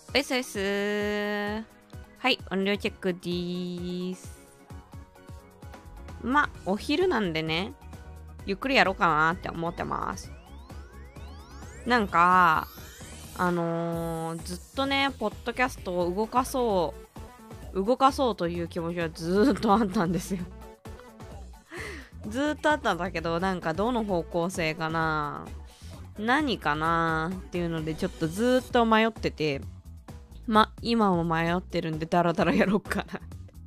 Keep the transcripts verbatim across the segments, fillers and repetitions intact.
おやすおやすー。はい、音量チェックでーす。ま、お昼なんでね、ゆっくりやろうかなって思ってます。なんか、あのー、ずっとね、ポッドキャストを動かそう、動かそうという気持ちはずーっとあったんですよ。ずーっとあったんだけど、なんかどの方向性かな、何かなっていうので、ちょっとずーっと迷ってて、ま、今も迷ってるんで、ダラダラやろうかな。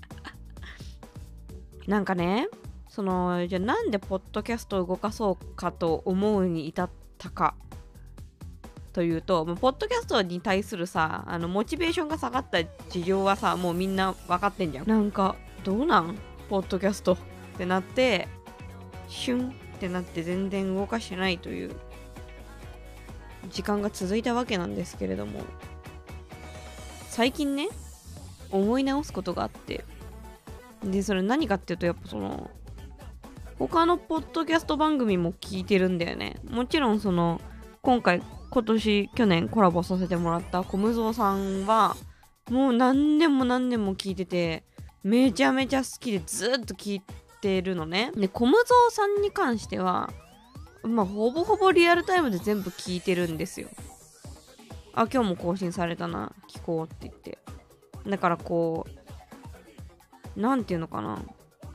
なんかね、その、じゃあなんでポッドキャストを動かそうかと思うに至ったかというと、もうポッドキャストに対するさ、あの、モチベーションが下がった事情はさ、もうみんな分かってんじゃん。なんか、どうなんポッドキャストってなって、シュンってなって全然動かしてないという時間が続いたわけなんですけれども、最近ね、思い直すことがあって、で、それ何かっていうと、やっぱその、他のポッドキャスト番組も聞いてるんだよね。もちろんその、今回、今年、去年コラボさせてもらったコムゾーさんは、もう何年も何年も聞いてて、めちゃめちゃ好きでずっと聞いてるのね。で、コムゾーさんに関しては、まあ、ほぼほぼリアルタイムで全部聞いてるんですよ。あ、今日も更新されたな、聞こうって言って。だからこう、なんていうのかな。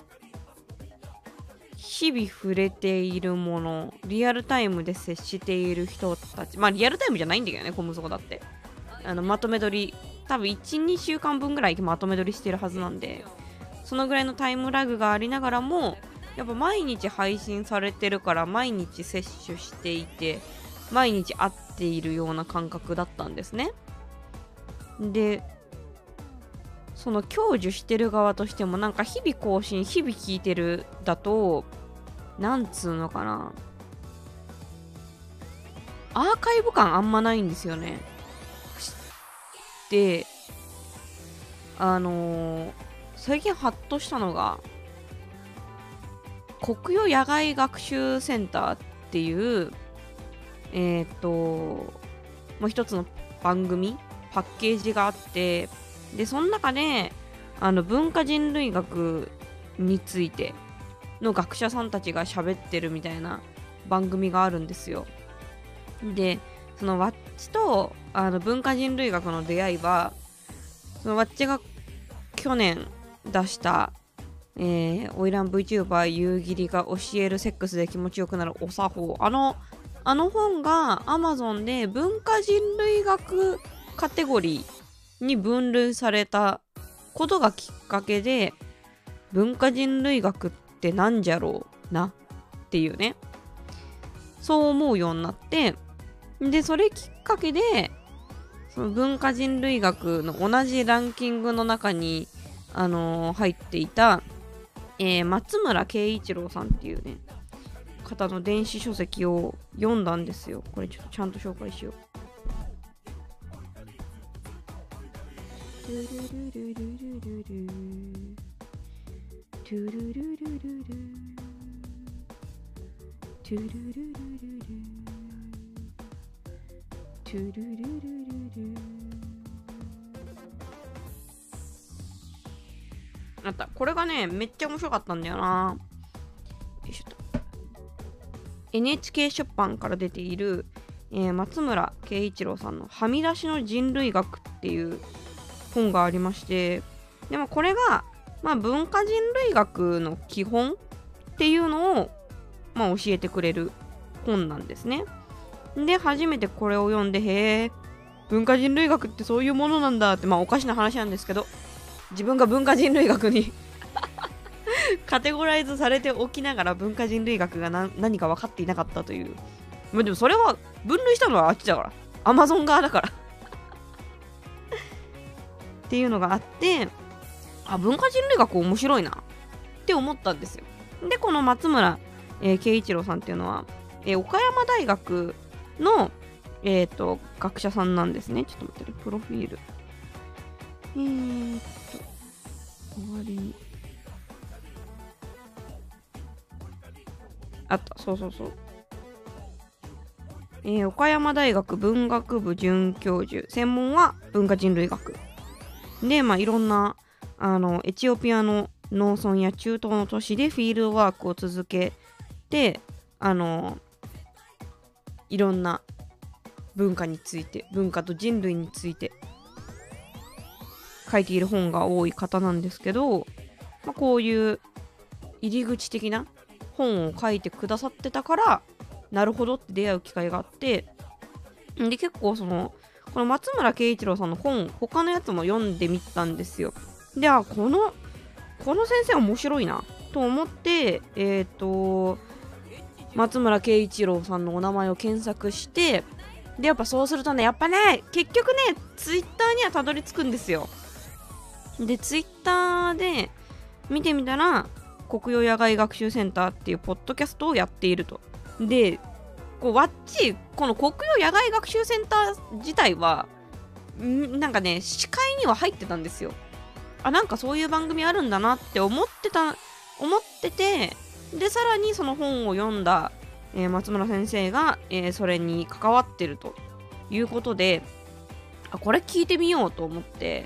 日々触れているもの、リアルタイムで接している人たち、まあリアルタイムじゃないんだけどね、コムソコだって。あの、まとめ撮り、多分いち、にしゅうかんぶんぐらいまとめ撮りしてるはずなんで、そのぐらいのタイムラグがありながらも、やっぱ毎日配信されてるから、毎日摂取していて、毎日会っているような感覚だったんですね。で、その享受してる側としても、なんか日々更新、日々聞いてるだと、なんつうのかな、アーカイブ感あんまないんですよね。で、あのー、最近ハッとしたのが、国予野外学習センターっていう、えっ、ー、と、もう一つの番組、パッケージがあって、で、その中で、あの、文化人類学についての学者さんたちが喋ってるみたいな番組があるんですよ。で、そのワッチとあの文化人類学の出会いは、そのワッチが去年出した、えー、オイラン VTuber 夕霧が教えるセックスで気持ちよくなるお作法、あのあの本が Amazon で文化人類学カテゴリーに分類されたことがきっかけで、文化人類学ってなんじゃろうなっていうね、そう思うようになって、でそれきっかけでその文化人類学の同じランキングの中に、あのー、入っていた、えー、松村慶一郎さんっていうね方の電子書籍を読んだんですよ。これちょっとちゃんと紹介しよう。トゥルルルルルルルトゥルルルルルトゥルルルルルトゥルルルルルあった。これがね、めっちゃ面白かったんだよな。よいしょと。エヌエイチケー 出版から出ている、えー、松村慶一郎さんのはみ出しの人類学っていう本がありまして、でもこれが、まあ、文化人類学の基本っていうのを、まあ、教えてくれる本なんですね。で、初めてこれを読んで、へえ、文化人類学ってそういうものなんだって、まあおかしな話なんですけど、自分が文化人類学にカテゴライズされておきながら文化人類学が何何か分かっていなかったという。まあでもそれは分類したのはあっちだから。アマゾン側だからっていうのがあって、あ、文化人類学面白いなって思ったんですよ。で、この松村、えー、慶一郎さんっていうのは、えー、岡山大学の、えーと、学者さんなんですね。ちょっと待ってね、プロフィール。えーっと、終わりに。あった、そうそうそう。 えー岡山大学文学部准教授、専門は文化人類学で、まあ、いろんなあのエチオピアの農村や中東の都市でフィールドワークを続けて、あのいろんな文化について、文化と人類について書いている本が多い方なんですけど、まあ、こういう入り口的な本を書いてくださってたから、なるほどって出会う機会があって、で結構そのこの松村慶一郎さんの本、他のやつも読んでみたんですよ。で、あ、このこの先生面白いなと思って、えっと松村慶一郎さんのお名前を検索して、でやっぱそうするとね、やっぱね、結局ね、ツイッターにはたどり着くんですよ。でツイッターで見てみたら、国用野外学習センターっていうポッドキャストをやっていると。でこうわっちこの国用野外学習センター自体はんなんかね、視界には入ってたんですよ。あ、なんかそういう番組あるんだなって思ってた思ってて、でさらにその本を読んだ、えー松村先生が、えーそれに関わってるということで、あ、これ聞いてみようと思って、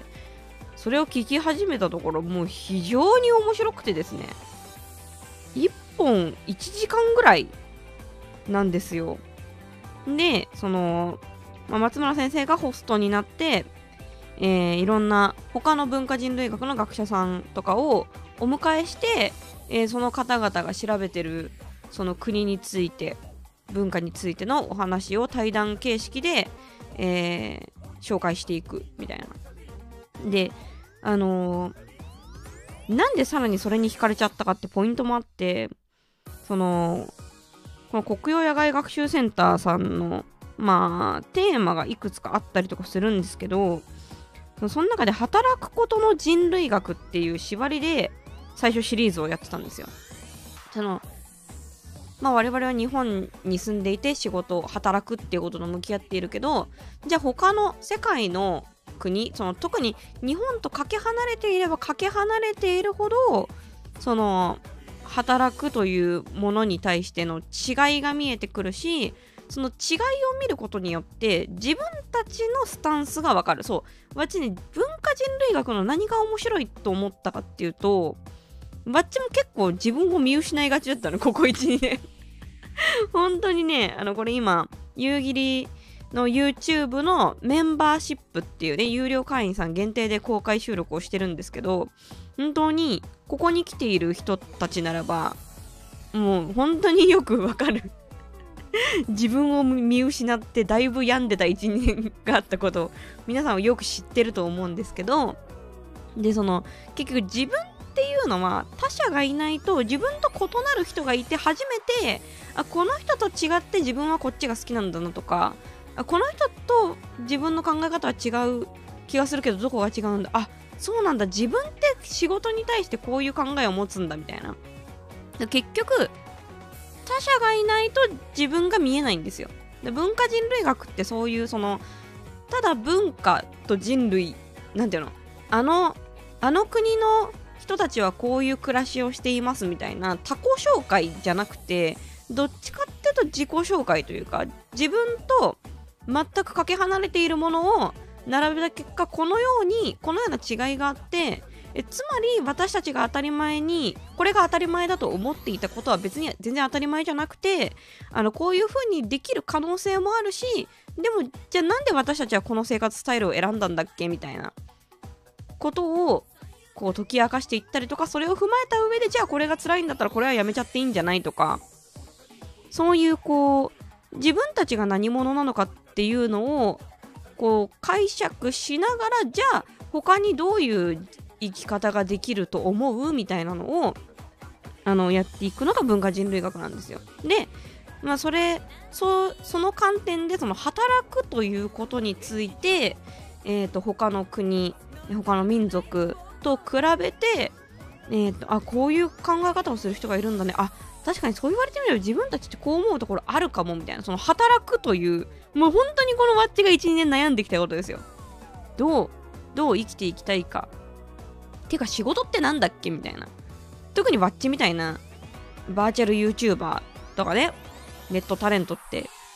それを聞き始めたところ、もう非常に面白くてですね、いっぽんいちじかんぐらいなんですよ。でその、まあ、松村先生がホストになって、えーいろんな他の文化人類学の学者さんとかをお迎えして、えーその方々が調べてるその国について、文化についてのお話を対談形式で、えー紹介していくみたいな。であのーなんでさらにそれに惹かれちゃったかってポイントもあって、そのこの国用野外学習センターさんのまあテーマがいくつかあったりとかするんですけど、その中で働くことの人類学っていう縛りで最初シリーズをやってたんですよ。そのまあ我々は日本に住んでいて仕事を働くっていうことと向き合っているけど、じゃあ他の世界の国、その特に日本とかけ離れていればかけ離れているほど、その働くというものに対しての違いが見えてくるし、その違いを見ることによって自分たちのスタンスがわかる。そう、わっちね、文化人類学の何が面白いと思ったかっていうと、わっちも結構自分を見失いがちだったの、ここいち、にねん本当にね、あのこれ今夕霧の YouTube のメンバーシップっていうね、有料会員さん限定で公開収録をしてるんですけど、本当にここに来ている人たちならばもう本当によくわかる自分を見失ってだいぶ病んでたいちねんがあったことを皆さんはよく知ってると思うんですけど、でその結局自分っていうのは他者がいないと、自分と異なる人がいて初めて、あ、この人と違って自分はこっちが好きなんだなとか、あ、この人と自分の考え方は違う気がするけどどこが違うんだ、あ、そうなんだ、自分って仕事に対してこういう考えを持つんだみたいな。結局他者がいないと自分が見えないんですよ。で文化人類学ってそういう、そのただ文化と人類、なんていうの、あのあの国の人たちはこういう暮らしをしていますみたいな他己紹介じゃなくて、どっちかっていうと自己紹介というか、自分と全くかけ離れているものを並べた結果、このようにこのような違いがあって、えつまり私たちが当たり前にこれが当たり前だと思っていたことは別に全然当たり前じゃなくて、あのこういう風にできる可能性もあるし、でもじゃあなんで私たちはこの生活スタイルを選んだんだっけみたいなことをこう解き明かしていったりとか、それを踏まえた上で、じゃあこれが辛いんだったらこれはやめちゃっていいんじゃないとか、そういうこう自分たちが何者なのかっていうのをこう解釈しながら、じゃあ他にどういう生き方ができると思うみたいなのをあのやっていくのが文化人類学なんですよ。で、まあ、それ そ, その観点でその働くということについて、えー、と他の国他の民族と比べて、えー、とあこういう考え方をする人がいるんだね、あ確かにそう言われてみれば自分たちってこう思うところあるかもみたいな、その働くというもう本当にこのワッチがいち、にねん悩んできたことですよ。どうどう生きていきたいかてか仕事ってなんだっけみたいな。特にワッチみたいなバーチャル YouTuber とかね、ネットタレントって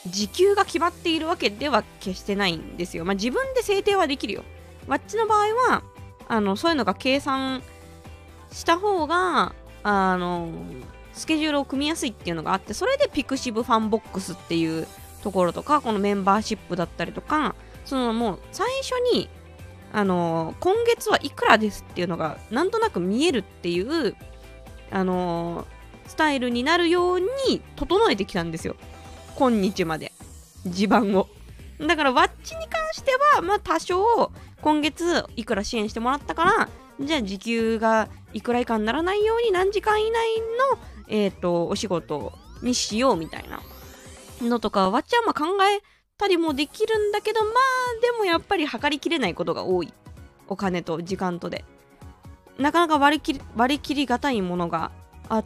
時給が決まっているわけでは決してないんですよ。まあ自分で制定はできるよ。わっちの場合はあのそういうのが計算した方があのスケジュールを組みやすいっていうのがあって、それでピクシブファンボックスっていうところとか、このメンバーシップだったりとか、そのもう最初にあの今月はいくらですっていうのがなんとなく見えるっていうあのスタイルになるように整えてきたんですよ、今日まで地盤を。だからワッチに関してはまあ多少今月いくら支援してもらったから、じゃあ時給がいくら以下にならないように何時間以内の、えーと、お仕事にしようみたいなのとか、わっちゃんは考えたりもできるんだけど、まあでもやっぱり測りきれないことが多い。お金と時間とでなかなか割り切り割り切りがたいものがあって、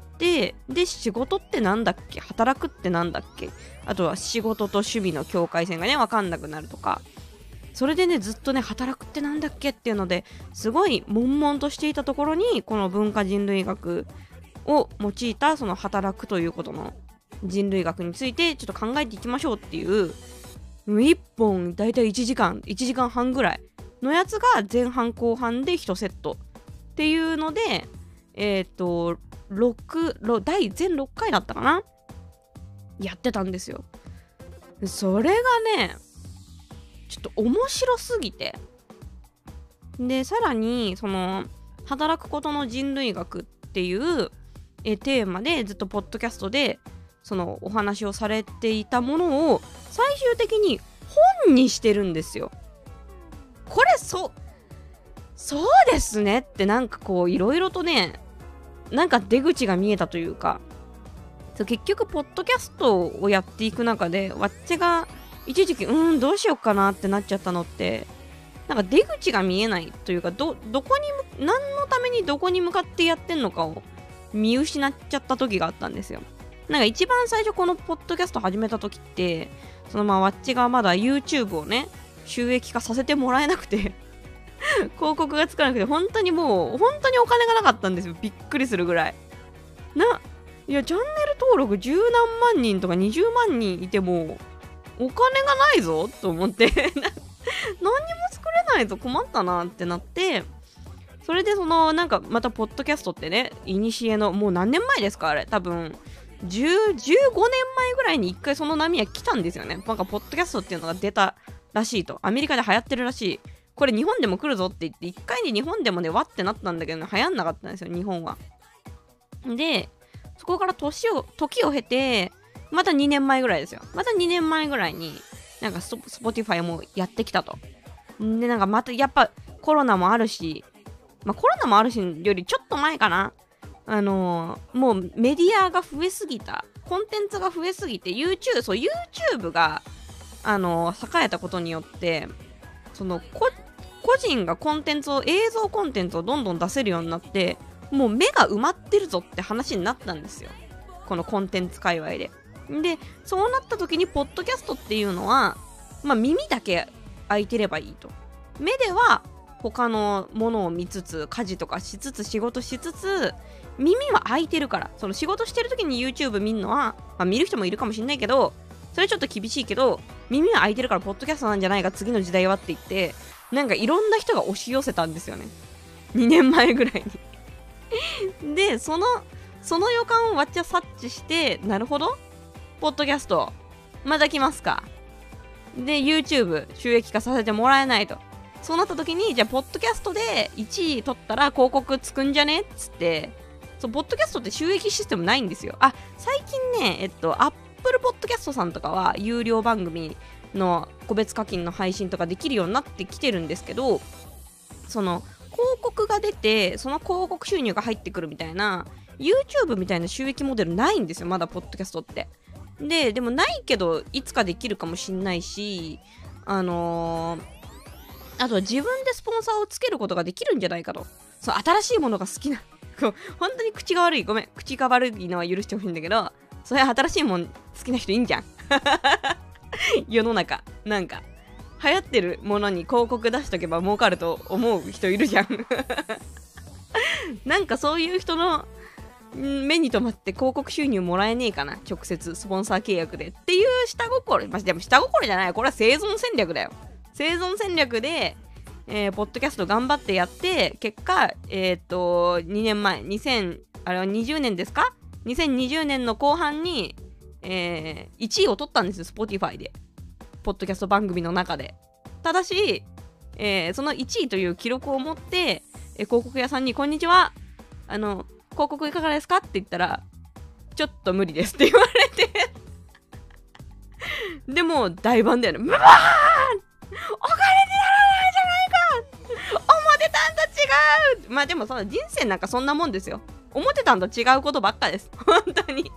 で仕事ってなんだっけ、働くってなんだっけ、あとは仕事と趣味の境界線がね分かんなくなるとか、それでねずっとね働くってなんだっけっていうのですごい悶々としていたところに、この文化人類学を用いたその働くということの人類学についてちょっと考えていきましょうっていういっぽんだいたいいちじかんいちじかんはんぐらいのやつが前半後半でいちセットっていうので、えっとろくだいぜんろっかいだったかな、やってたんですよ。それがねちょっと面白すぎて、でさらにその働くことの人類学っていうえテーマでずっとポッドキャストでそのお話をされていたものを最終的に本にしてるんですよ。これそそうですねってなんかこういろいろとね、なんか出口が見えたというか、そう結局ポッドキャストをやっていく中でわっちが一時期うーんどうしようかなってなっちゃったのって、なんか出口が見えないというか、どどこに何のためにどこに向かってやってんのかを見失っちゃった時があったんですよ。なんか一番最初このポッドキャスト始めた時って、そのまあわっちがまだ YouTube をね収益化させてもらえなくて広告がつかなくて、本当にもう本当にお金がなかったんですよ。びっくりするぐらいないやチャンネル登録十何万人とかにじゅうまんにんいてもお金がないぞと思って何にも作れないと困ったなってなって、それでそのなんかまたポッドキャストってね、いにしえのもう何年前ですかあれ、多分じゅう、じゅうごねんまえぐらいに一回その波は来たんですよね。なんかポッドキャストっていうのが出たらしいと、アメリカで流行ってるらしい、これ日本でも来るぞって言って一回に日本でもねわってなったんだけど、ね、流行んなかったんですよ日本は。でそこから年を時を経てまたにねんまえぐらいですよ、またにねんまえぐらいになんかスポティファイもやってきたと。でなんかまたやっぱコロナもあるし、まあコロナもあるしよりちょっと前かな、あのー、もうメディアが増えすぎた、コンテンツが増えすぎて YouTube そう YouTube があのー、栄えたことによって、そのこ個人がコンテンツを映像コンテンツをどんどん出せるようになって、もう目が埋まってるぞって話になったんですよ、このコンテンツ界隈で。でそうなった時にポッドキャストっていうのは、まあ、耳だけ開いてればいいと、目では他のものを見つつ家事とかしつつ仕事しつつ、耳は開いてるから、その仕事してる時に YouTube 見るのは、まあ、見る人もいるかもしれないけどそれちょっと厳しいけど、耳は開いてるからポッドキャストなんじゃないか次の時代はって言って、なんかいろんな人が押し寄せたんですよね、にねんまえぐらいにでそのその予感をわっちゃ察知して、なるほどポッドキャストまた来ますか、で YouTube 収益化させてもらえないと。そうなった時に、じゃあポッドキャストでいちい取ったら広告つくんじゃねっつって、そう、ポッドキャストって収益システムないんですよ。あ、最近ね、えっと、Apple Podcast さんとかは有料番組の個別課金の配信とかできるようになってきてるんですけど、その広告が出て、その広告収入が入ってくるみたいな、YouTube みたいな収益モデルないんですよ、まだポッドキャストって。で、でもないけど、いつかできるかもしんないし、あのー、あとは自分でスポンサーをつけることができるんじゃないかと。そう、新しいものが好きな本当に口が悪い、ごめん、口が悪いのは許してほしいんだけど、それ新しいもん好きな人いいんじゃん世の中なんか流行ってるものに広告出しとけば儲かると思う人いるじゃんなんかそういう人の目に留まって広告収入もらえねえかな、直接スポンサー契約でっていう下心、まあ、でも下心じゃない、これは生存戦略だよ。生存戦略で、えー、ポッドキャスト頑張ってやって、結果えー、っとにねんまえにせんあれはにじゅうねんですか、にせんにじゅうねんの後半に、えー、いちいを取ったんですよ、 Spotify でポッドキャスト番組の中で。ただし、えー、そのいちいという記録を持って、えー、広告屋さんにこんにちは、あの広告いかがですかって言ったら、ちょっと無理ですって言われてでも大番だよね。うわー、お金にならないじゃないか、思ってたんと違う。まあでもその人生なんかそんなもんですよ。思ってたんと違うことばっかです、本当に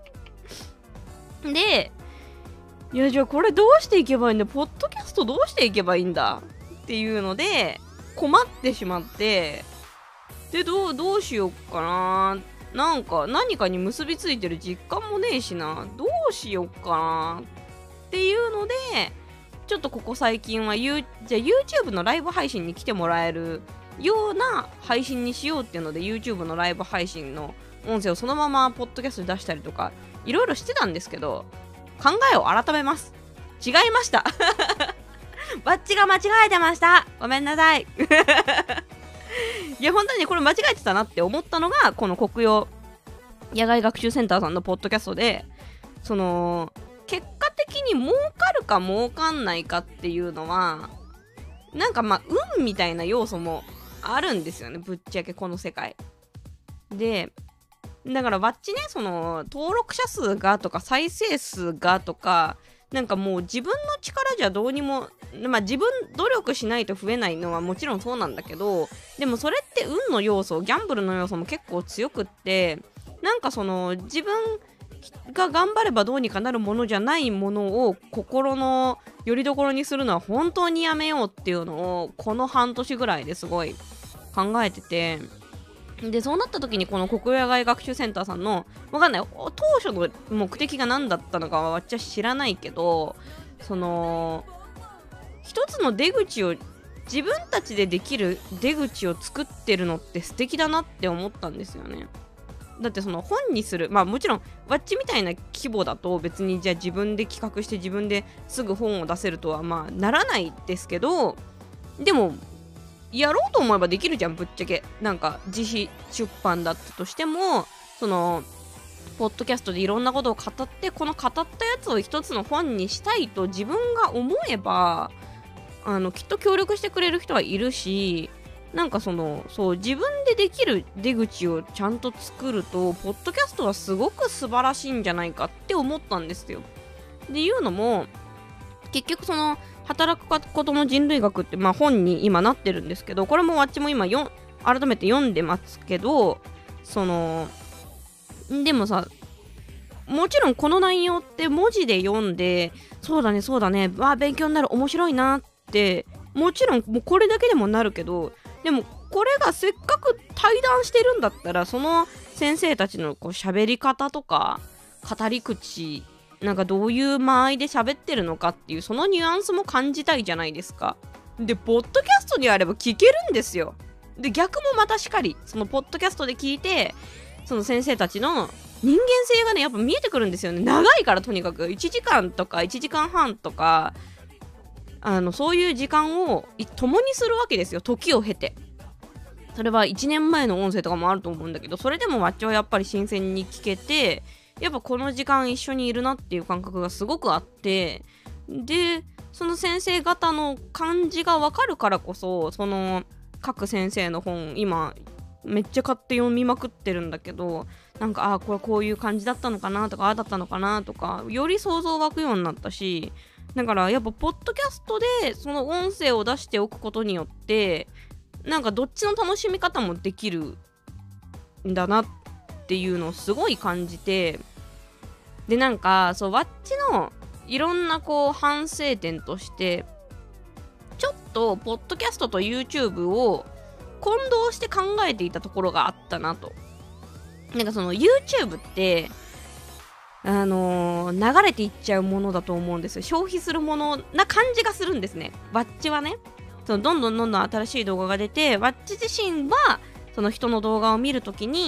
で、いやじゃあこれどうしていけばいいんだ、ポッドキャストどうしていけばいいんだっていうので困ってしまって、でどうどうしようかな、なんか何かに結びついてる実感もねえしな、どうしようかなっていうので、ちょっとここ最近は、you、じゃあ YouTube のライブ配信に来てもらえるような配信にしようっていうので、 YouTube のライブ配信の音声をそのままポッドキャストで出したりとかいろいろしてたんですけど、考えを改めます。違いましたバッチが間違えてました、ごめんなさいいや本当にこれ間違えてたなって思ったのが、この国用野外学習センターさんのポッドキャストで、その結果的に儲かるか儲かんないかっていうのは、なんかまあ運みたいな要素もあるんですよね、ぶっちゃけこの世界で。だからバッチね、その登録者数がとか再生数がとか、なんかもう自分の力じゃどうにも、まあ自分努力しないと増えないのはもちろんそうなんだけど、でもそれって運の要素、ギャンブルの要素も結構強くって、なんかその自分が頑張ればどうにかなるものじゃないものを心の拠り所にするのは本当にやめようっていうのをこの半年ぐらいですごい考えてて、でそうなった時にこの国野外学習センターさんのわかんない、当初の目的が何だったのかは私は知らないけど、その一つの出口を自分たちでできる出口を作ってるのって素敵だなって思ったんですよね。だってその本にする、まあもちろんワッチみたいな規模だと別にじゃあ自分で企画して自分ですぐ本を出せるとはまあならないですけど、でもやろうと思えばできるじゃん、ぶっちゃけ。なんか自費出版だったとしても、そのポッドキャストでいろんなことを語って、この語ったやつを一つの本にしたいと自分が思えば、あのきっと協力してくれる人はいるし、なんかそのそう自分でできる出口をちゃんと作ると、ポッドキャストはすごく素晴らしいんじゃないかって思ったんですよ。でいうのも、結局その働くことの人類学って、まあ、本に今なってるんですけど、これもわっちも今よ改めて読んでますけど、そのでもさ、もちろんこの内容って文字で読んで、そうだねそうだね、わあ勉強になる、面白いなって、もちろんもうこれだけでもなるけど、でもこれがせっかく対談してるんだったら、その先生たちのこう喋り方とか語り口、なんかどういう間合いで喋ってるのかっていう、そのニュアンスも感じたいじゃないですか。でポッドキャストにあれば聞けるんですよ。で逆もまたしかり、そのポッドキャストで聞いて、その先生たちの人間性がねやっぱ見えてくるんですよね。長いから、とにかくいちじかんとかいちじかんはんとか、あのそういう時間を共にするわけですよ、時を経て。それはいちねんまえの音声とかもあると思うんだけど、それでもわっちはやっぱり新鮮に聞けて、やっぱこの時間一緒にいるなっていう感覚がすごくあって、でその先生方の感じが分かるからこそ、その各先生の本今めっちゃ買って読みまくってるんだけど、なんかあこれこういう感じだったのかなとか、ああだったのかなとか、より想像湧くようになったし、だからやっぱポッドキャストでその音声を出しておくことによって、なんかどっちの楽しみ方もできるんだなっていうのをすごい感じて、でなんかそうワッチのいろんなこう反省点として、ちょっとポッドキャストと YouTube を混同して考えていたところがあったなと。なんかその YouTube ってあのー、流れていっちゃうものだと思うんですよ。消費するものな感じがするんですね、ワッチはね。そのどんどんどんどん新しい動画が出て、ワッチ自身はその人の動画を見るときに、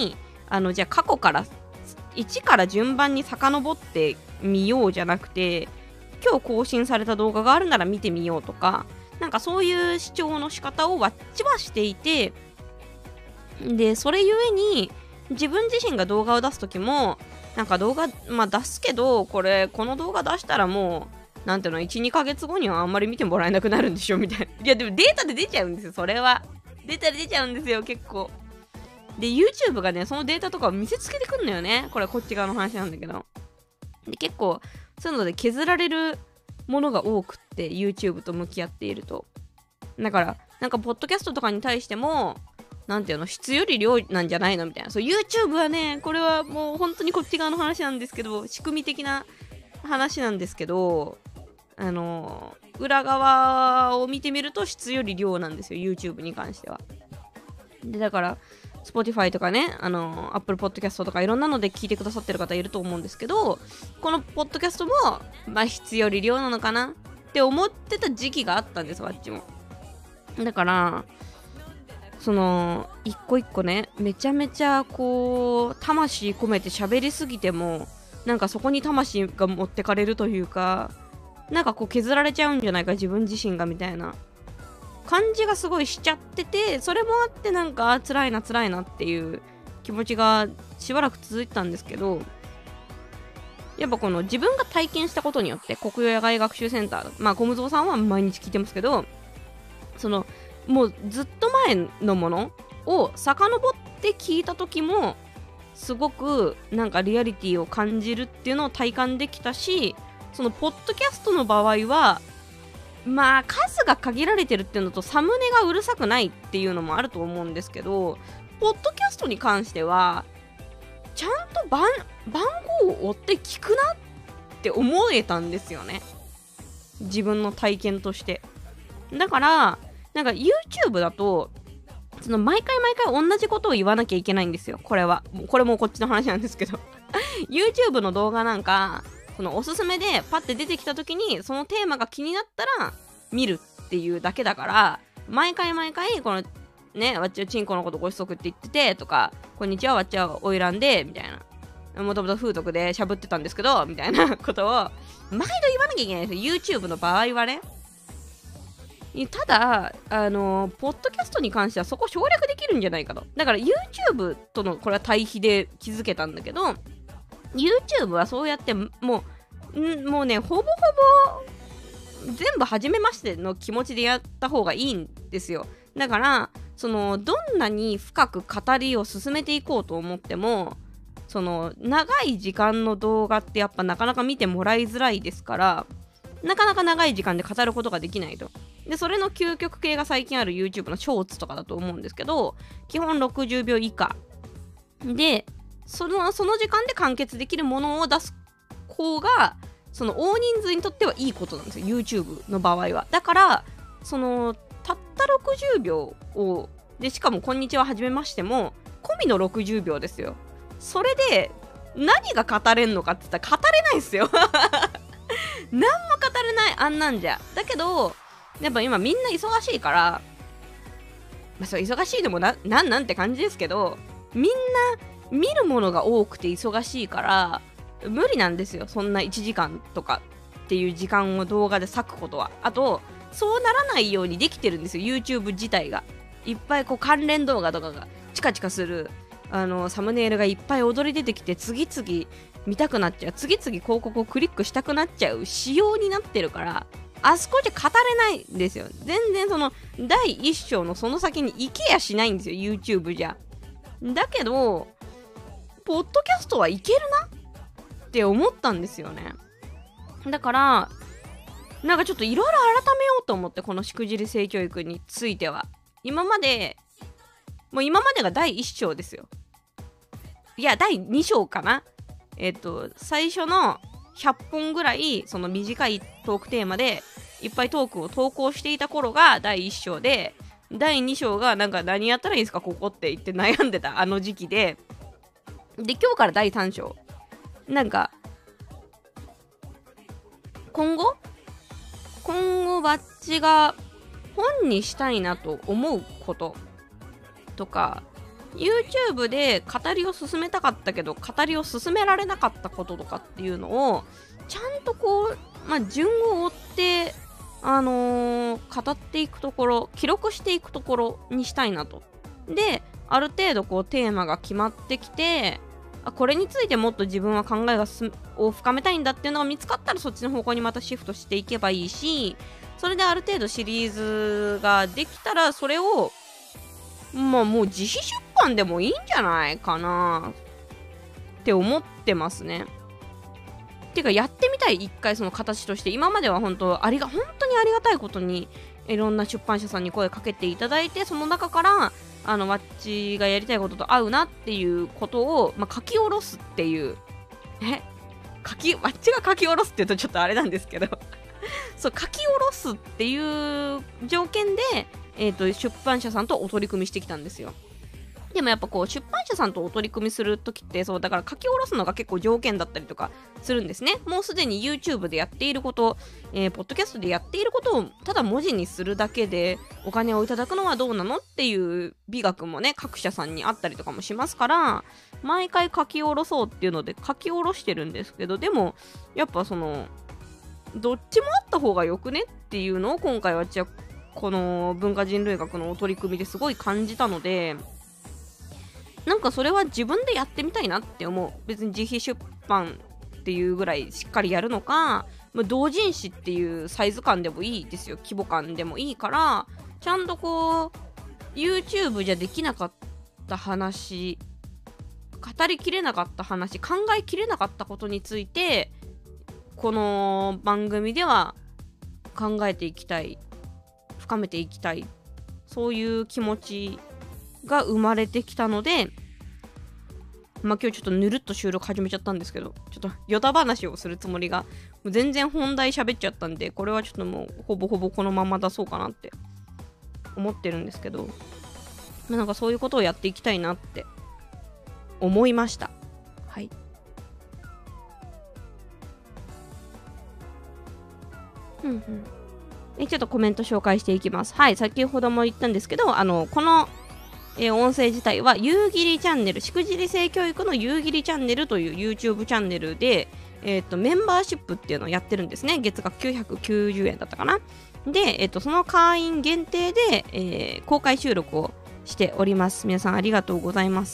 あのじゃあ過去からいちから順番に遡ってみようじゃなくて、今日更新された動画があるなら見てみようとか、なんかそういう視聴の仕方をわっちはしていて、でそれゆえに自分自身が動画を出す時も、なんか動画まあ出すけど、これこの動画出したらもうなんていうの いち,に ヶ月後にはあんまり見てもらえなくなるんでしょみたいな。いやでもデータで出ちゃうんですよ。それはデータで出ちゃうんですよ結構。で YouTube がねそのデータとかを見せつけてくんのよね。これこっち側の話なんだけど、で結構そういうので削られるものが多くって、 YouTube と向き合っていると。だからなんかポッドキャストとかに対してもなんていうの、質より量なんじゃないのみたいな。そう YouTube はね、これはもう本当にこっち側の話なんですけど、仕組み的な話なんですけど、あの裏側を見てみると質より量なんですよ YouTube に関しては。でだから Spotify とかね、あの Apple Podcast とかいろんなので聞いてくださってる方いると思うんですけど、このポッドキャストもまあ質より量なのかなって思ってた時期があったんです、あっちも。だからその一個一個ね、めちゃめちゃこう魂込めて喋りすぎても、なんかそこに魂が持ってかれるというか、なんかこう削られちゃうんじゃないか自分自身がみたいな感じがすごいしちゃってて、それもあってなんか辛いな辛いなっていう気持ちがしばらく続いてたんですけど、やっぱこの自分が体験したことによって、国用野外学習センター、まあ小無造さんは毎日聞いてますけど、そのもうずっと前のものを遡って聞いた時もすごくなんかリアリティを感じるっていうのを体感できたし、そのポッドキャストの場合はまあ数が限られてるっていうのとサムネがうるさくないっていうのもあると思うんですけど、ポッドキャストに関してはちゃんと番番号を追って聞くなって思えたんですよね、自分の体験として。だからなんか YouTube だとその毎回毎回同じことを言わなきゃいけないんですよ。これはこれもこっちの話なんですけどYouTube の動画なんかそのおすすめでパッて出てきた時にそのテーマが気になったら見るっていうだけだから、毎回毎回このねわっちはチンコのことご子息って言っててとか、こんにちはわっちはおいらんでみたいな、もともと風俗でしゃぶってたんですけどみたいなことを毎度言わなきゃいけないんですよ YouTube の場合はね。ただあのポッドキャストに関してはそこ省略できるんじゃないかと。だから YouTube とのこれは対比で気づけたんだけど、 YouTube はそうやってもうんもうねほぼほぼ全部初めましての気持ちでやった方がいいんですよ。だからそのどんなに深く語りを進めていこうと思っても、その長い時間の動画ってやっぱなかなか見てもらいづらいですから、なかなか長い時間で語ることができないと。でそれの究極系が最近ある YouTube のショーツとかだと思うんですけど、基本ろくじゅうびょう以下でそのその時間で完結できるものを出す方がその大人数にとってはいいことなんですよ YouTube の場合は。だからそのたったろくじゅうびょうをで、しかもこんにちははじめましても込みのろくじゅうびょうですよ。それで何が語れんのかって言ったら語れないんですよ何も語れない、あんなんじゃ。だけどやっぱ今みんな忙しいから、まあそう忙しいでもな、なんなんって感じですけど、みんな見るものが多くて忙しいから無理なんですよ、そんないちじかんとかっていう時間を動画で割くことは。あとそうならないようにできてるんですよ YouTube 自体が。いっぱいこう関連動画とかがチカチカするあのサムネイルがいっぱい踊り出てきて次々見たくなっちゃう、次々広告をクリックしたくなっちゃう仕様になってるから、あそこじゃ語れないんですよ。全然そのだいいっ章のその先に行けやしないんですよ YouTube じゃ。だけどポッドキャストはいけるなって思ったんですよね。だからなんかちょっといろいろ改めようと思って、このしくじり性教育については今までもう今までがだいいっ章ですよ。いやだいに章かな。えっと最初のひゃっぽんぐらいその短いトークテーマでいっぱいトークを投稿していた頃がだいいっ章で、だいに章がなんか何やったらいいんですかここって言って悩んでたあの時期で、で今日からだいさん章。なんか今後今後バッチが本にしたいなと思うこととか、 YouTube で語りを進めたかったけど語りを進められなかったこととかっていうのをちゃんとこう、まあ、順を追ってあのー、語っていくところ、記録していくところにしたいなと。で、ある程度こうテーマが決まってきて、あ、これについてもっと自分は考えがすを深めたいんだっていうのが見つかったらそっちの方向にまたシフトしていけばいいし、それである程度シリーズができたらそれをまあもう自費出版でもいいんじゃないかなって思ってますね。てかやってみたい、一回その形として。今までは本当ありが本当にありがたいことにいろんな出版社さんに声かけていただいて、その中からあのわっちがやりたいことと合うなっていうことを、まあ、書き下ろすっていうえ書きわっちが書き下ろすって言うとちょっとあれなんですけどそう書き下ろすっていう条件で、えーと、出版社さんとお取り組みしてきたんですよ。でもやっぱこう出版社さんとお取り組みするときってそうだから書き下ろすのが結構条件だったりとかするんですね。もうすでに YouTube でやっていること、えー、ポッドキャストでやっていることをただ文字にするだけでお金をいただくのはどうなのっていう美学もね各社さんにあったりとかもしますから、毎回書き下ろそうっていうので書き下ろしてるんですけど、でもやっぱそのどっちもあった方がよくねっていうのを今回はこの文化人類学のお取り組みですごい感じたので、なんかそれは自分でやってみたいなって思う。別に自費出版っていうぐらいしっかりやるのか、まあ、同人誌っていうサイズ感でもいいですよ、規模感でもいいから、ちゃんとこう YouTube じゃできなかった話、語りきれなかった話、考えきれなかったことについてこの番組では考えていきたい、深めていきたい、そういう気持ちが生まれてきたので、まあ今日ちょっとぬるっと収録始めちゃったんですけど、ちょっとヨタ話をするつもりがもう全然本題喋っちゃったんで、これはちょっともうほぼほぼこのまま出そうかなって思ってるんですけど、まあ、なんかそういうことをやっていきたいなって思いました。はい。うんうん。えちょっとコメント紹介していきます。はい、先ほども言ったんですけど、あのこのえー、音声自体は夕霧チャンネル、しくじり性教育の夕霧チャンネルという YouTube チャンネルで、えー、とメンバーシップっていうのをやってるんですね。月額きゅうひゃくきゅうじゅうえんだったかな。で、えー、とその会員限定で、えー、公開収録をしております。皆さんありがとうございます。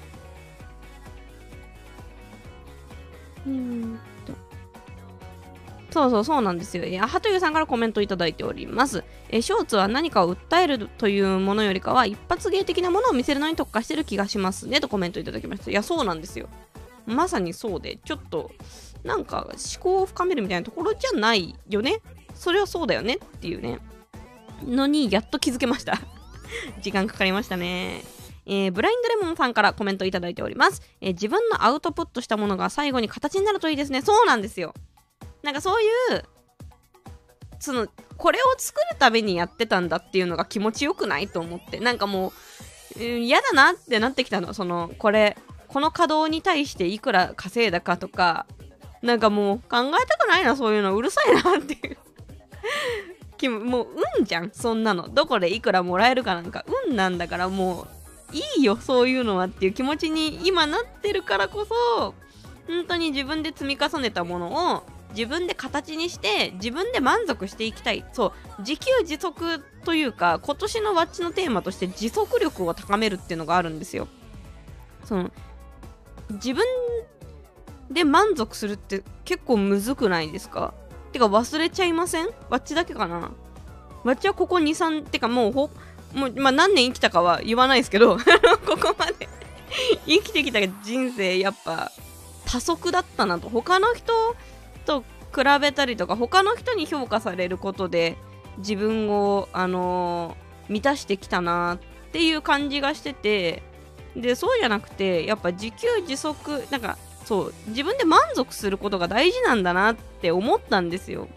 うーんとそうそうそうなんですよ。あはとゆうさんからコメントいただいております。えショーツは何かを訴えるというものよりかは一発芸的なものを見せるのに特化してる気がしますねとコメントいただきました。いやそうなんですよ。まさにそうで、ちょっとなんか思考を深めるみたいなところじゃないよね。それはそうだよねっていうねのにやっと気づけました時間かかりましたね。えー、ブラインドレモンさんからコメントいただいております。えー、自分のアウトプットしたものが最後に形になるといいですね。そうなんですよ。なんかそういうそのこれを作るためにやってたんだっていうのが気持ちよくないと思って、なんかもう嫌、だなってなってきたの。そのこれこの稼働に対していくら稼いだかとか、なんかもう考えたくないな、そういうのうるさいなっていう気ももう運じゃんそんなの。どこでいくらもらえるかなんか運なんだから、もういいよそういうのはっていう気持ちに今なってるからこそ、本当に自分で積み重ねたものを自分で形にして自分で満足していきたい。そう自給自足というか、今年のワッチのテーマとして持続力を高めるっていうのがあるんですよ。その自分で満足するって結構むずくないですか？てか忘れちゃいません？ワッチだけかな。ワッチはここに、さんてかもうほもう、まあ、何年生きたかは言わないですけどここまで生きてきた人生やっぱ多足だったなと。他の人と比べたりとか他の人に評価されることで自分を、あのー、満たしてきたなっていう感じがしてて、でそうじゃなくてやっぱ自給自足、なんかそう自分で満足することが大事なんだなって思ったんですよ。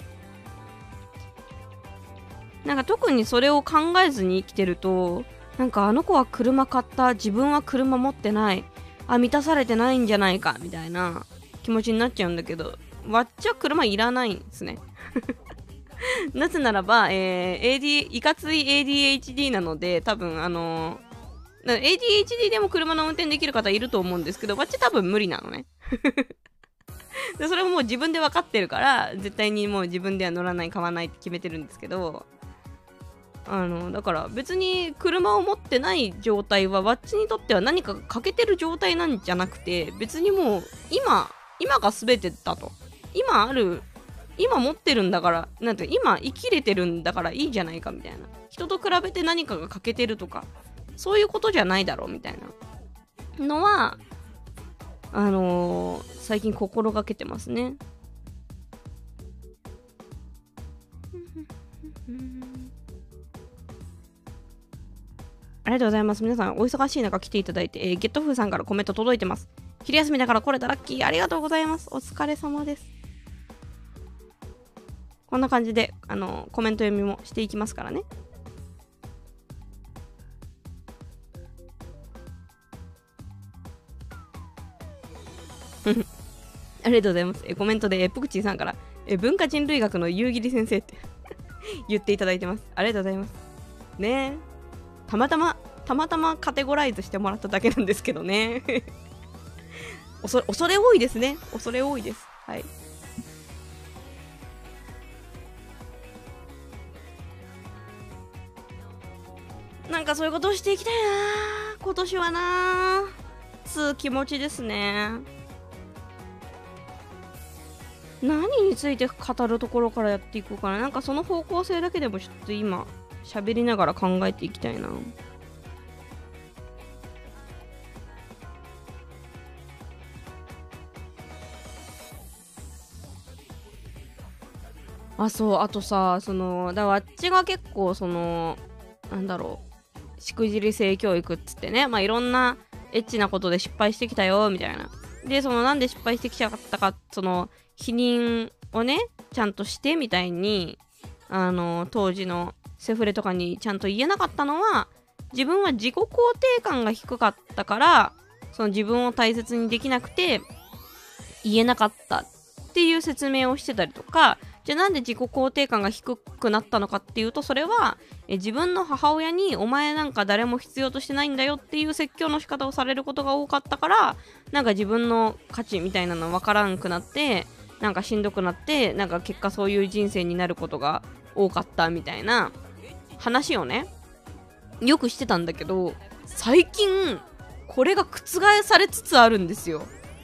なんか特にそれを考えずに生きてると、なんかあの子は車買った、自分は車持ってない、あ満たされてないんじゃないかみたいな気持ちになっちゃうんだけど、わっちは車いらないんですねなぜならば、えー、エーディー いかつい エーディーエイチディー なので、多分あのエーディーエイチディー でも車の運転できる方いると思うんですけど、わっち多分無理なのね。でそれももう自分で分かってるから、絶対にもう自分では乗らない、買わないって決めてるんですけど、あの、だから別に車を持ってない状態は、わっちにとっては何かが欠けてる状態なんじゃなくて、別にもう今、今が全てだと。今ある、今持ってるんだから、なんて今生きれてるんだからいいじゃないかみたいな。人と比べて何かが欠けてるとか、そういうことじゃないだろうみたいなのは、あのー、最近心がけてますね。ありがとうございます。皆さんお忙しい中来ていただいて、えー、ゲットフーさんからコメント届いてます。昼休みだから来れたラッキー。ありがとうございます。お疲れ様です。こんな感じで、あのー、コメント読みもしていきますからね。ありがとうございます。えコメントで、えプクチーさんから、え文化人類学の夕霧先生って言っていただいてます。ありがとうございます。ねえ。たまたま、たまたまカテゴライズしてもらっただけなんですけどね。恐れ、恐れ多いですね。恐れ多いです。はい。なんかそういうことをしていきたいな今年はなつう気持ちですね。何について語るところからやっていこうかな。なんかその方向性だけでもちょっと今喋りながら考えていきたいな。あ、そう、あとさ、その、だからあっちが結構その、なんだろう、しくじり性教育っつってね、まあいろんなエッチなことで失敗してきたよ、みたいな。で、そのなんで失敗してきちゃったか、その、否認をね、ちゃんとしてみたいに、あの、当時のセフレとかにちゃんと言えなかったのは、自分は自己肯定感が低かったから、その自分を大切にできなくて、言えなかったっていう説明をしてたりとか、じゃあなんで自己肯定感が低くなったのかっていうと、それはえ自分の母親にお前なんか誰も必要としてないんだよっていう説教の仕方をされることが多かったから、なんか自分の価値みたいなの分からんくなって、なんかしんどくなって、なんか結果そういう人生になることが多かったみたいな話をね、よくしてたんだけど、最近これが覆されつつあるんですよ。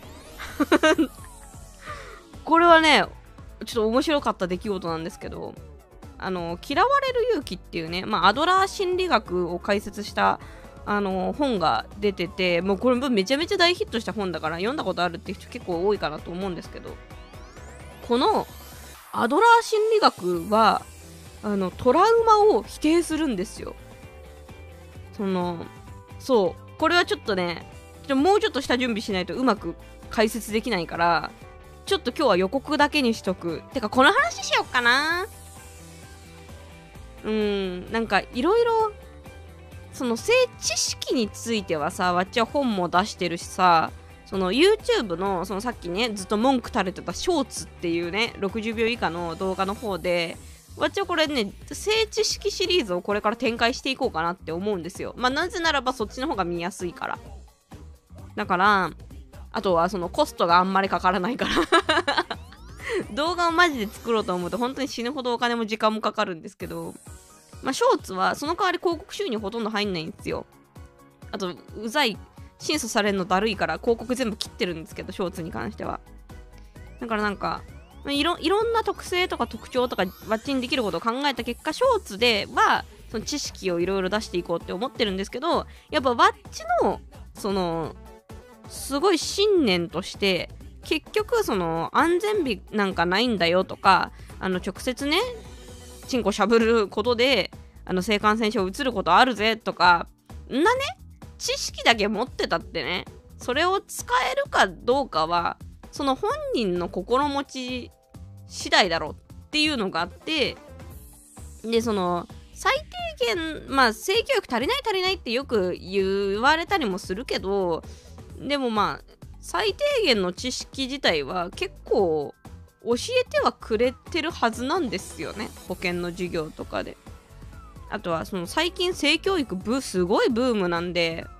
これはね、ちょっと面白かった出来事なんですけど、あの嫌われる勇気っていうね、まあ、アドラー心理学を解説したあの本が出てて、もうこれめちゃめちゃ大ヒットした本だから読んだことあるっていう人結構多いかなと思うんですけど、このアドラー心理学はあのトラウマを否定するんですよ。そのそうこれはちょっとね、もうちょっとした準備しないとうまく解説できないから、ちょっと今日は予告だけにしとく。てかこの話しよっかな。うーん、なんかいろいろその性知識についてはさ、わっちは本も出してるしさ、その YouTube のそのさっきねずっと文句垂れてたショーツっていうねろくじゅうびょう以下の動画の方で、わっちはこれね性知識シリーズをこれから展開していこうかなって思うんですよ。まあなぜならばそっちの方が見やすいから。だからあとはそのコストがあんまりかからないから動画をマジで作ろうと思うと本当に死ぬほどお金も時間もかかるんですけど、まあショーツはその代わり広告収入ほとんど入んないんですよ。あとうざい、審査されるのだるいから広告全部切ってるんですけど、ショーツに関しては。だからなんかいろいろんな特性とか特徴とかワッチにできることを考えた結果、ショーツではその知識をいろいろ出していこうって思ってるんですけど、やっぱワッチのそのすごい信念として、結局その安全備なんかないんだよとか、あの直接ねチンコしゃぶることであの性感染症をうつることあるぜとかんなね、知識だけ持ってたってね、それを使えるかどうかはその本人の心持ち次第だろうっていうのがあって、でその最低限まあ性教育足りない足りないってよく言われたりもするけど、でもまあ最低限の知識自体は結構教えてはくれてるはずなんですよね、保険の授業とかで。あとはその最近性教育ブすごいブームなんで、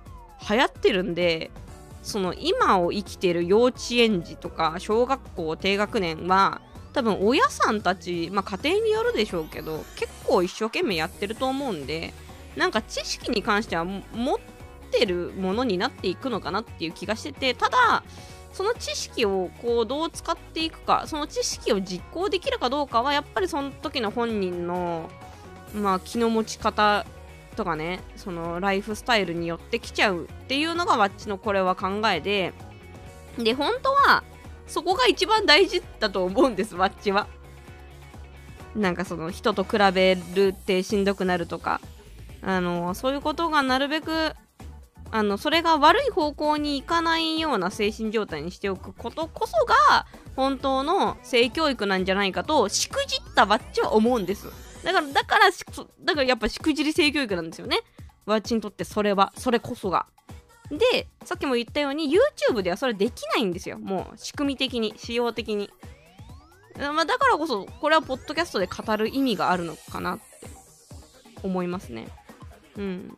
流行ってるんで、その今を生きてる幼稚園児とか小学校低学年は多分親さんたち、まあ家庭によるでしょうけど、結構一生懸命やってると思うんで、なんか知識に関しては持ってるものになっていくのかなっていう気がしてて、ただその知識をこうどう使っていくか、その知識を実行できるかどうかはやっぱりその時の本人のまあ気の持ち方とかね、そのライフスタイルによってきちゃうっていうのがわっちのこれは考えで、で本当はそこが一番大事だと思うんです、わっちは。なんかその人と比べるってしんどくなるとか、あのそういうことがなるべくあのそれが悪い方向に行かないような精神状態にしておくことこそが本当の性教育なんじゃないかとしくじったわっちは思うんです。だからだからだからやっぱしくじり性教育なんですよね、わっちにとって。それはそれこそがで、さっきも言ったように YouTube ではそれできないんですよ、もう仕組み的に仕様的に。まあ、だからこそこれはポッドキャストで語る意味があるのかなって思いますね。うん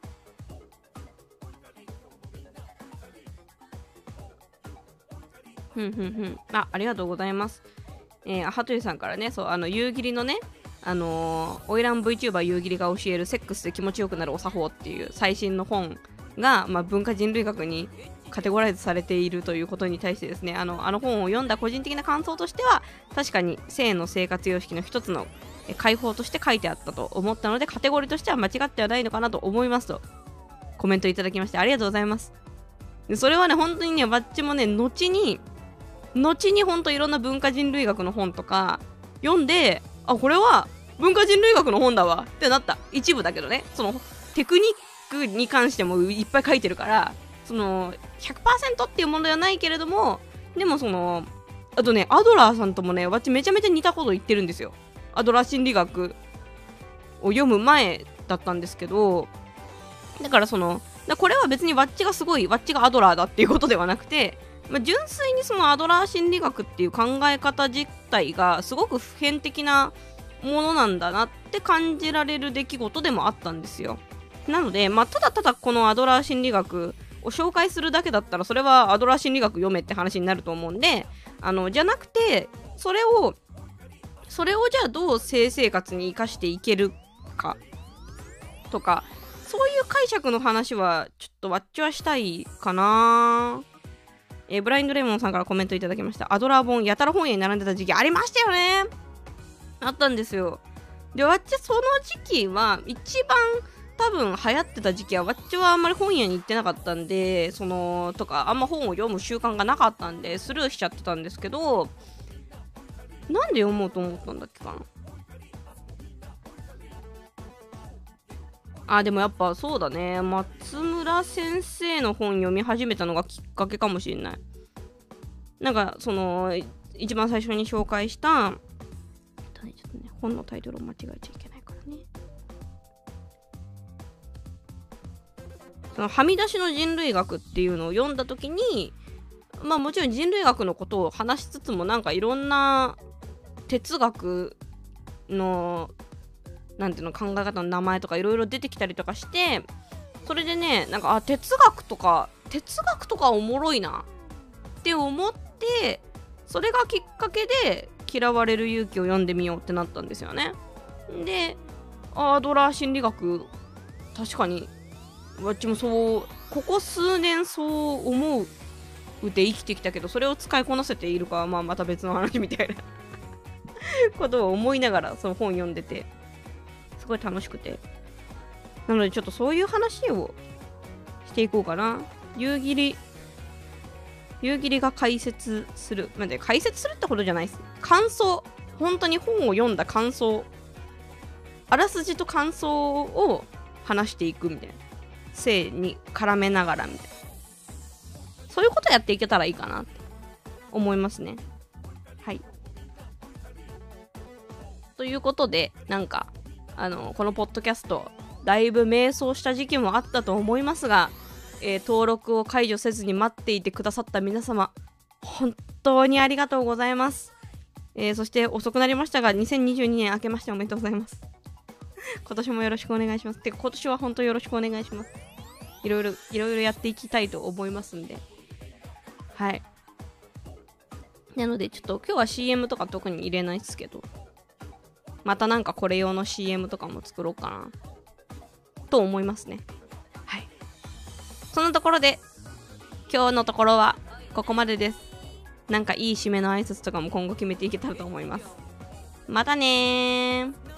ふんふんふん。あ、ありがとうございます。えー、羽鳥さんからね、そう、あの、夕霧のね、あのー、オイラン VTuber 夕霧が教えるセックスで気持ちよくなるお作法っていう最新の本が、まあ、文化人類学にカテゴライズされているということに対してですね、あの、あの本を読んだ個人的な感想としては、確かに性の生活様式の一つの解放として書いてあったと思ったので、カテゴリーとしては間違ってはないのかなと思いますと、コメントいただきましてありがとうございます。でそれはね、本当にね、バッチもね、後に、後にほんといろんな文化人類学の本とか読んで、あ、これは文化人類学の本だわってなった。一部だけどね、そのテクニックに関してもいっぱい書いてるから、その ひゃくパーセント っていうものではないけれども、でもそのあとね、アドラーさんともね、私めちゃめちゃ似たこと言ってるんですよ。アドラー心理学を読む前だったんですけど、だからそのだこれは別にワッチがすごいワッチがアドラーだっていうことではなくて、まあ、純粋にそのアドラー心理学っていう考え方自体がすごく普遍的なものなんだなって感じられる出来事でもあったんですよ。なので、まあ、ただただこのアドラー心理学を紹介するだけだったら、それはアドラー心理学読めって話になると思うんで、あのじゃなくて、それをそれをじゃあどう性生活に生かしていけるかとか、そういう解釈の話はちょっとワッチはしたいかな。えー、ブラインドレモンさんからコメントいただきました。アドラー本やたら本屋に並んでた時期ありましたよね。あったんですよ。で、わっちその時期は一番多分流行ってた時期は、わっちはあんまり本屋に行ってなかったんで、そのとかあんま本を読む習慣がなかったんでスルーしちゃってたんですけど、なんで読もうと思ったんだっけかな。あ、でもやっぱそうだね、松村先生の本読み始めたのがきっかけかもしれない。なんかその一番最初に紹介した、ちょっとね、本のタイトルを間違えちゃいけないからね。そのはみ出しの人類学っていうのを読んだ時に、まあもちろん人類学のことを話しつつも、なんかいろんな哲学のなんていうの考え方の名前とかいろいろ出てきたりとかして、それでね、なんかあ哲学とか哲学とかおもろいなって思って、それがきっかけで嫌われる勇気を読んでみようってなったんですよね。で、アドラー心理学、確かに私もそう、ここ数年そう思うで生きてきたけど、それを使いこなせているかはまあまた別の話みたいなことを思いながらその本読んでて、すごい楽しくて、なのでちょっとそういう話をしていこうかな。夕霧夕霧が解説する、まあ、解説するってことじゃないです。感想、本当に本を読んだ感想、あらすじと感想を話していくみたいな、性に絡めながらみたいな、そういうことやっていけたらいいかなって思いますね。はい。ということで、なんかあのこのポッドキャストだいぶ迷走した時期もあったと思いますが、えー、登録を解除せずに待っていてくださった皆様、本当にありがとうございます。えー、そして遅くなりましたがにせんにじゅうにねん明けましておめでとうございます今年もよろしくお願いします。てか今年は本当よろしくお願いします。 いろいろいろいろやっていきたいと思いますんで、はい。なのでちょっと今日は シーエム とか特に入れないですけど、またなんかこれ用の シーエム とかも作ろうかなと思いますね。はい。そんなところで今日のところはここまでです。なんかいい締めの挨拶とかも今後決めていけたらと思います。またねー。